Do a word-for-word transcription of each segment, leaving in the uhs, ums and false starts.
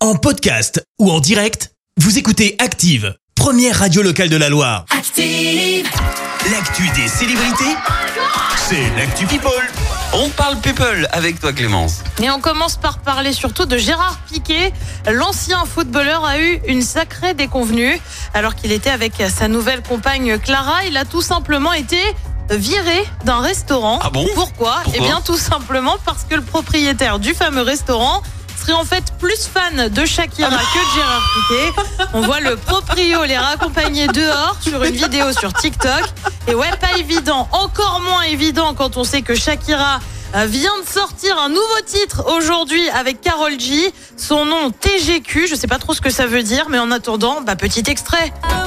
En podcast ou en direct, vous écoutez Active, première radio locale de la Loire. Active. L'actu des célébrités, c'est l'actu People. On parle people avec toi Clémence. Et on commence par parler surtout de Gérard Piqué. L'ancien footballeur a eu une sacrée déconvenue. Alors qu'il était avec sa nouvelle compagne Clara, il a tout simplement été viré d'un restaurant. Ah bon ? Pourquoi ? Pourquoi ? Eh bien tout simplement parce que le propriétaire du fameux restaurant serait en fait plus fan de Shakira que de Gérard Piqué. On voit le proprio les raccompagner dehors sur une vidéo sur TikTok. Et ouais, pas évident, encore moins évident quand on sait que Shakira vient de sortir un nouveau titre aujourd'hui avec Karol G. Son nom T G Q, je sais pas trop ce que ça veut dire, mais en attendant, bah petit extrait.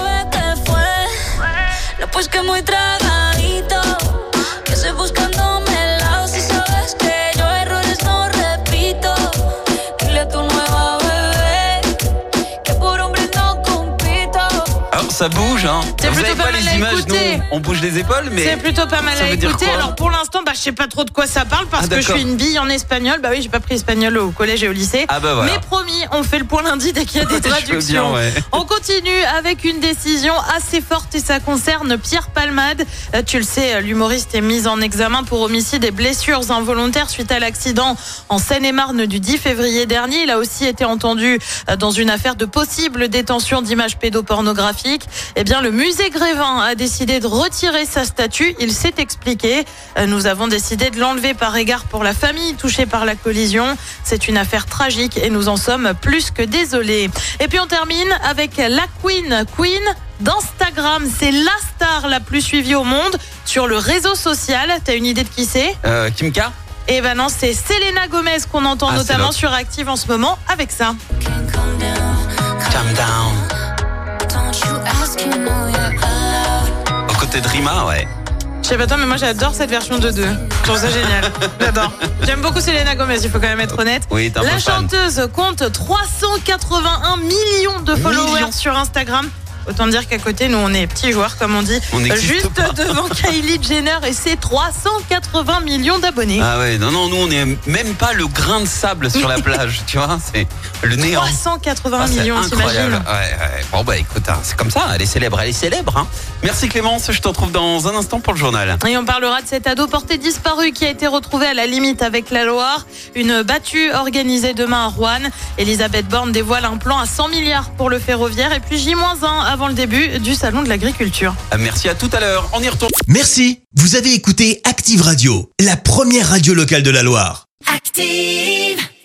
Ça bouge, hein. C'est Vous plutôt avez pas pas mal les à images, écouter. nous, on bouge les épaules, mais C'est plutôt pas mal ça à veut dire écouter. quoi ? Alors pour l'instant, bah je sais pas trop de quoi ça parle parce Ah, que je d'accord. suis une bille en espagnol. Bah oui, j'ai pas pris espagnol au collège et au lycée. Ah bah voilà. Mais promis, on fait le point lundi dès qu'il y a des Je veux traductions. bien, ouais. On continue avec une décision assez forte et ça concerne Pierre Palmade. Euh, Tu le sais, l'humoriste est mis en examen pour homicide et blessures involontaires suite à l'accident en Seine-et-Marne du dix février dernier. Il a aussi été entendu euh, dans une affaire de possible détention d'images pédopornographiques. Eh bien, le musée Grévin a décidé de retirer sa statue. Il s'est expliqué. Euh, Nous avons décidé de l'enlever par égard pour la famille touchée par la collision. C'est une affaire tragique et nous en sommes plus que désolés. Et puis on termine avec la Queen. Queen d'Instagram. C'est la star la plus suivie au monde sur le réseau social. T'as une idée de qui c'est ? Euh, Kim K ? Eh ben non, c'est Selena Gomez qu'on entend Ah, notamment c'est sur Active en ce moment avec ça. Calm down. Aux côtés de Rima, ouais. Je sais pas toi, mais moi j'adore cette version de deux. Je trouve ça génial. J'adore. J'aime beaucoup Selena Gomez, il faut quand même être honnête. Oui, t'es un La peu fan. chanteuse compte trois cent quatre-vingt-un millions de followers Millions. sur Instagram. Autant dire qu'à côté, nous, on est petits joueurs, comme on dit. On n'existe Juste pas. devant Kylie Jenner et ses trois cent quatre-vingts millions d'abonnés. Ah ouais, non, non, nous on est même pas le grain de sable sur la plage, tu vois, c'est le néant. trois cent quatre-vingts Ah, c'est millions, incroyable. t'imagines ? Ouais, ouais. Bon bah écoute, hein, c'est comme ça, elle est célèbre, elle est célèbre. Hein. Merci Clémence, je te retrouve dans un instant pour le journal. Et on parlera de cet ado porté disparu qui a été retrouvé à la limite avec la Loire. Une battue organisée demain à Roanne. Elisabeth Borne dévoile un plan à cent milliards pour le ferroviaire. Et puis J moins un avant le début du salon de l'agriculture. Ah, merci, à tout à l'heure, on y retourne. Merci, vous avez écouté Active Radio, la première radio locale de la Loire. Active.